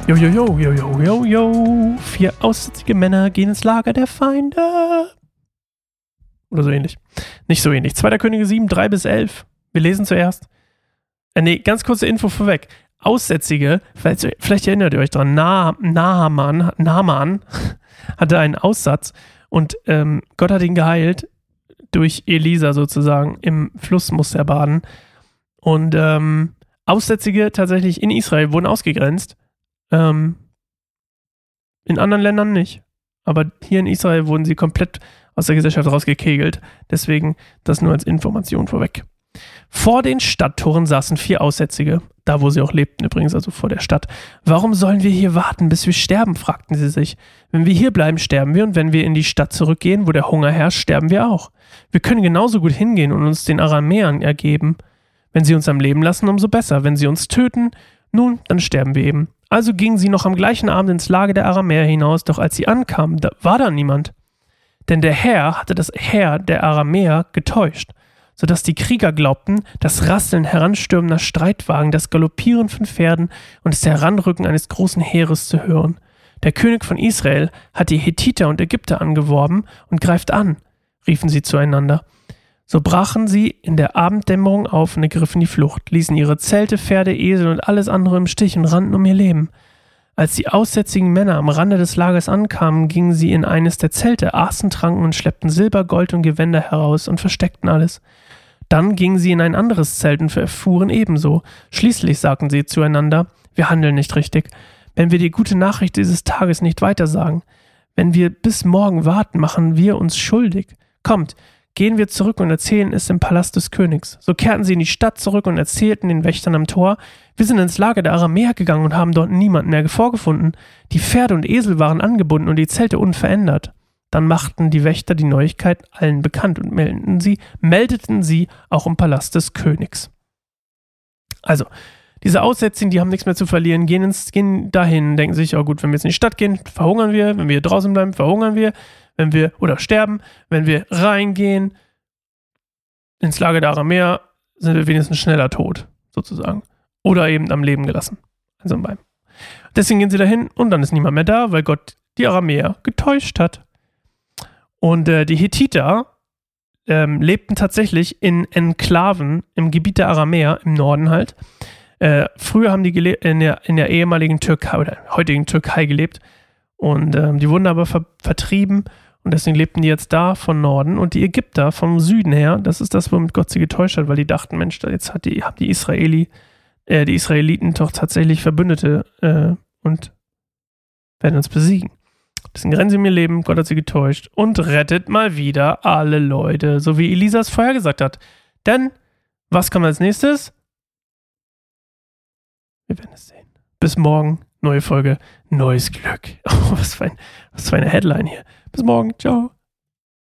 Jo, jo, jo, jo, jo, jo, jo. 4 aussätzige Männer gehen ins Lager der Feinde. Oder so ähnlich. Nicht so ähnlich. 2. Könige 7, 3-11. Wir lesen zuerst. Ganz kurze Info vorweg. Aussätzige, vielleicht erinnert ihr euch dran, Naaman hatte einen Aussatz und Gott hat ihn geheilt durch Elisa sozusagen. Im Fluss musste er baden. Und Aussätzige tatsächlich in Israel wurden ausgegrenzt. In anderen Ländern nicht. Aber hier in Israel wurden sie komplett aus der Gesellschaft rausgekegelt. Deswegen das nur als Information vorweg. Vor den Stadttoren saßen 4 Aussätzige, da wo sie auch lebten übrigens, also vor der Stadt. Warum sollen wir hier warten, bis wir sterben, fragten sie sich. Wenn wir hier bleiben, sterben wir, und wenn wir in die Stadt zurückgehen, wo der Hunger herrscht, sterben wir auch. Wir können genauso gut hingehen und uns den Aramäern ergeben. Wenn sie uns am Leben lassen, umso besser. Wenn sie uns töten, nun, dann sterben wir eben. Also gingen sie noch am gleichen Abend ins Lager der Aramäer hinaus, doch als sie ankamen, war da niemand. Denn der Herr hatte das Heer der Aramäer getäuscht, sodass die Krieger glaubten, das Rasseln heranstürmender Streitwagen, das Galoppieren von Pferden und das Heranrücken eines großen Heeres zu hören. Der König von Israel hat die Hethiter und Ägypter angeworben und greift an, riefen sie zueinander. So brachen sie in der Abenddämmerung auf und ergriffen die Flucht, ließen ihre Zelte, Pferde, Esel und alles andere im Stich und rannten um ihr Leben. Als die aussätzigen Männer am Rande des Lagers ankamen, gingen sie in eines der Zelte, aßen, tranken und schleppten Silber, Gold und Gewänder heraus und versteckten alles. Dann gingen sie in ein anderes Zelt und erfuhren ebenso. Schließlich sagten sie zueinander, wir handeln nicht richtig. Wenn wir die gute Nachricht dieses Tages nicht weitersagen, wenn wir bis morgen warten, machen wir uns schuldig. Kommt, gehen wir zurück und erzählen es im Palast des Königs. So kehrten sie in die Stadt zurück und erzählten den Wächtern am Tor, wir sind ins Lager der Aramäer gegangen und haben dort niemanden mehr vorgefunden. Die Pferde und Esel waren angebunden und die Zelte unverändert. Dann machten die Wächter die Neuigkeit allen bekannt und meldeten sie auch im Palast des Königs. Also, diese Aussätzigen, die haben nichts mehr zu verlieren, gehen dahin, denken sich, oh gut, wenn wir jetzt in die Stadt gehen, verhungern wir, wenn wir hier draußen bleiben, verhungern wir, oder sterben, wenn wir reingehen ins Lager der Aramäer, sind wir wenigstens schneller tot, sozusagen. Oder eben am Leben gelassen. Also beim. Deswegen gehen sie dahin und dann ist niemand mehr da, weil Gott die Aramäer getäuscht hat. Und die Hethiter lebten tatsächlich in Enklaven im Gebiet der Aramäer, im Norden halt. Früher haben die in der ehemaligen Türkei oder heutigen Türkei gelebt und die wurden aber vertrieben und deswegen lebten die jetzt da von Norden und die Ägypter vom Süden her, das ist das, womit Gott sie getäuscht hat, weil die dachten, Mensch, jetzt haben die Israeliten doch tatsächlich Verbündete und werden uns besiegen. Deswegen rennen sie um ihr Leben, Gott hat sie getäuscht und rettet mal wieder alle Leute, so wie Elisa es vorher gesagt hat. Denn, was kommt als nächstes? Wir werden es sehen. Bis morgen, neue Folge, neues Glück. Oh, was für eine Headline hier. Bis morgen, ciao.